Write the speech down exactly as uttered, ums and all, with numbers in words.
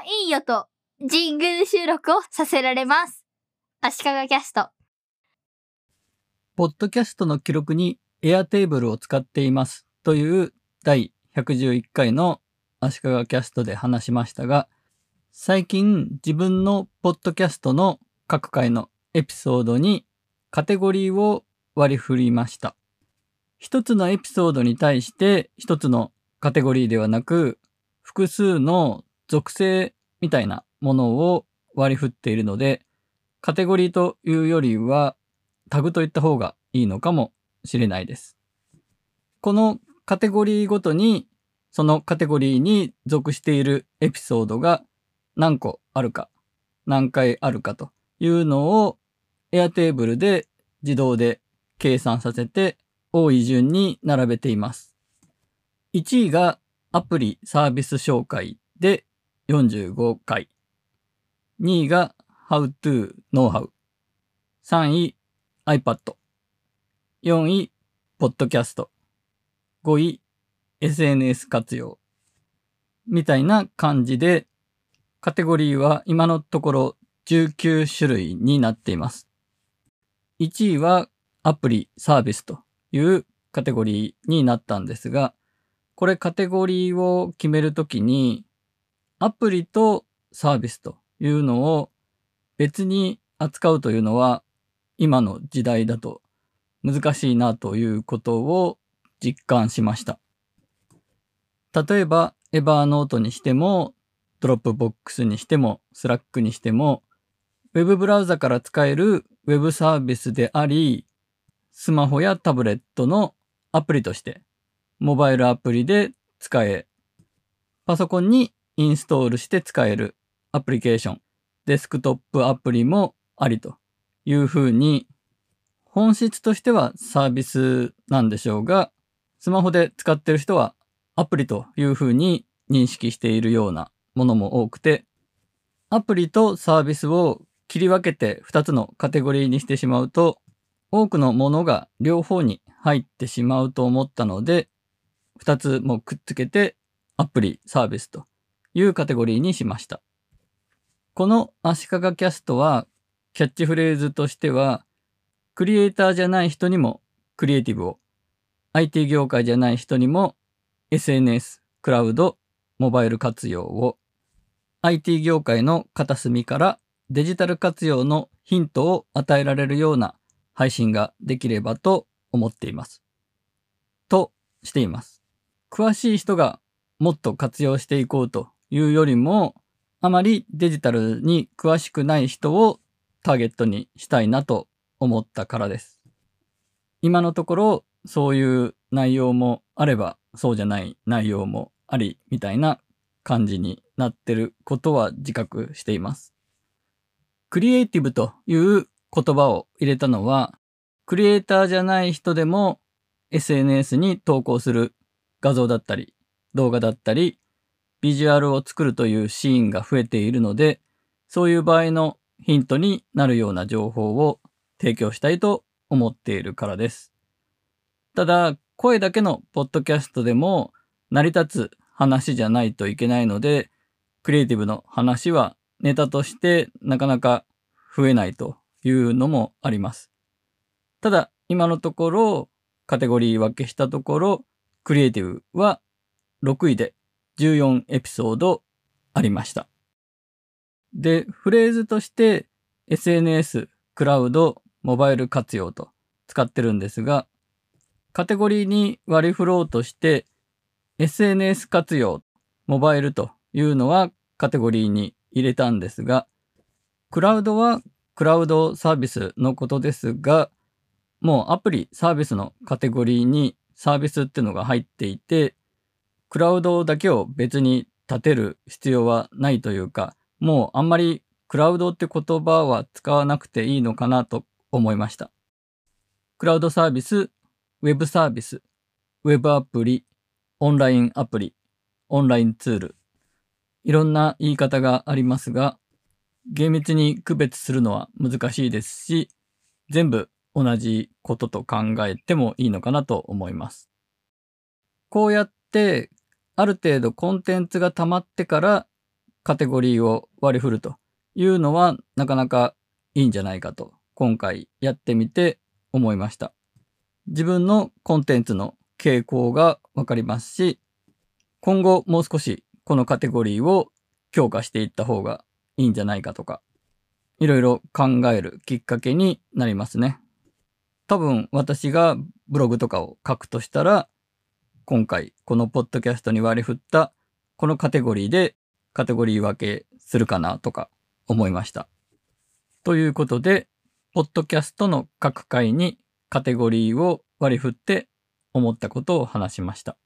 いいよとジングル収録をさせられます。足利キャスト。 ポッドキャストの記録にエアテーブルを使っていますというだいひゃくじゅういっかいの足利キャストで話しましたが、最近自分のポッドキャストの各回のエピソードにカテゴリーを割り振りました。一つのエピソードに対して一つのカテゴリーではなく、複数の属性みたいなものを割り振っているので、カテゴリーというよりはタグといった方がいいのかもしれないです。このカテゴリーごとにそのカテゴリーに属しているエピソードが何個あるか、何回あるかというのをエアテーブルで自動で計算させて多い順に並べています。いちいがアプリサービス紹介でよんじゅうごかい。にいが How to Know-how。さんい iPad。よんい Podcast。ごい エスエヌエス 活用。みたいな感じで、カテゴリーは今のところじゅうきゅうしゅるいになっています。いちいはアプリサービスというカテゴリーになったんですが、これカテゴリーを決めるときに、アプリとサービスというのを別に扱うというのは今の時代だと難しいなということを実感しました。例えばエバーノートにしても、ドロップボックスにしても、スラックにしても、ウェブブラウザから使えるウェブサービスであり、スマホやタブレットのアプリとしてモバイルアプリで使え、パソコンにインストールして使えるアプリケーション、デスクトップアプリもありというふうに、本質としてはサービスなんでしょうが、スマホで使っている人はアプリというふうに認識しているようなものも多くて、アプリとサービスを切り分けてふたつのカテゴリーにしてしまうと、多くのものが両方に入ってしまうと思ったので、ふたつもくっつけてアプリ、サービスというカテゴリーにしました。この足利キャストはキャッチフレーズとしては、クリエイターじゃない人にもクリエイティブを、アイティー 業界じゃない人にも エスエヌエス、クラウド、モバイル活用を、アイティー 業界の片隅からデジタル活用のヒントを与えられるような配信ができればと思っています。としています。詳しい人がもっと活用していこうというよりも、あまりデジタルに詳しくない人をターゲットにしたいなと思ったからです。今のところそういう内容もあればそうじゃない内容もありみたいな感じになってることは自覚しています。クリエイティブという言葉を入れたのは、クリエイターじゃない人でも エスエヌエス に投稿する画像だったり動画だったりビジュアルを作るというシーンが増えているので、そういう場合のヒントになるような情報を提供したいと思っているからです。ただ、声だけのポッドキャストでも成り立つ話じゃないといけないので、クリエイティブの話はネタとしてなかなか増えないというのもあります。ただ、今のところカテゴリー分けしたところ、クリエイティブはろくいでじゅうよんエピソードありました。で、フレーズとして エスエヌエス、クラウド、モバイル活用と使ってるんですが、カテゴリーに割り振ろうとして エスエヌエス 活用、モバイルというのはカテゴリーに入れたんですが、クラウドはクラウドサービスのことですが、もうアプリ、サービスのカテゴリーにサービスっていうのが入っていて、クラウドだけを別に立てる必要はないというか、もうあんまりクラウドって言葉は使わなくていいのかなと思いました。クラウドサービス、ウェブサービス、ウェブアプリ、オンラインアプリ、オンラインツール。いろんな言い方がありますが、厳密に区別するのは難しいですし、全部同じことと考えてもいいのかなと思います。こうやってある程度コンテンツが溜まってからカテゴリーを割り振るというのはなかなかいいんじゃないかと今回やってみて思いました。自分のコンテンツの傾向がわかりますし、今後もう少しこのカテゴリーを強化していった方がいいんじゃないかとか、いろいろ考えるきっかけになりますね。多分私がブログとかを書くとしたら、今回このポッドキャストに割り振ったこのカテゴリーでカテゴリー分けするかなとか思いました。ということで、ポッドキャストの各回にカテゴリーを割り振って思ったことを話しました。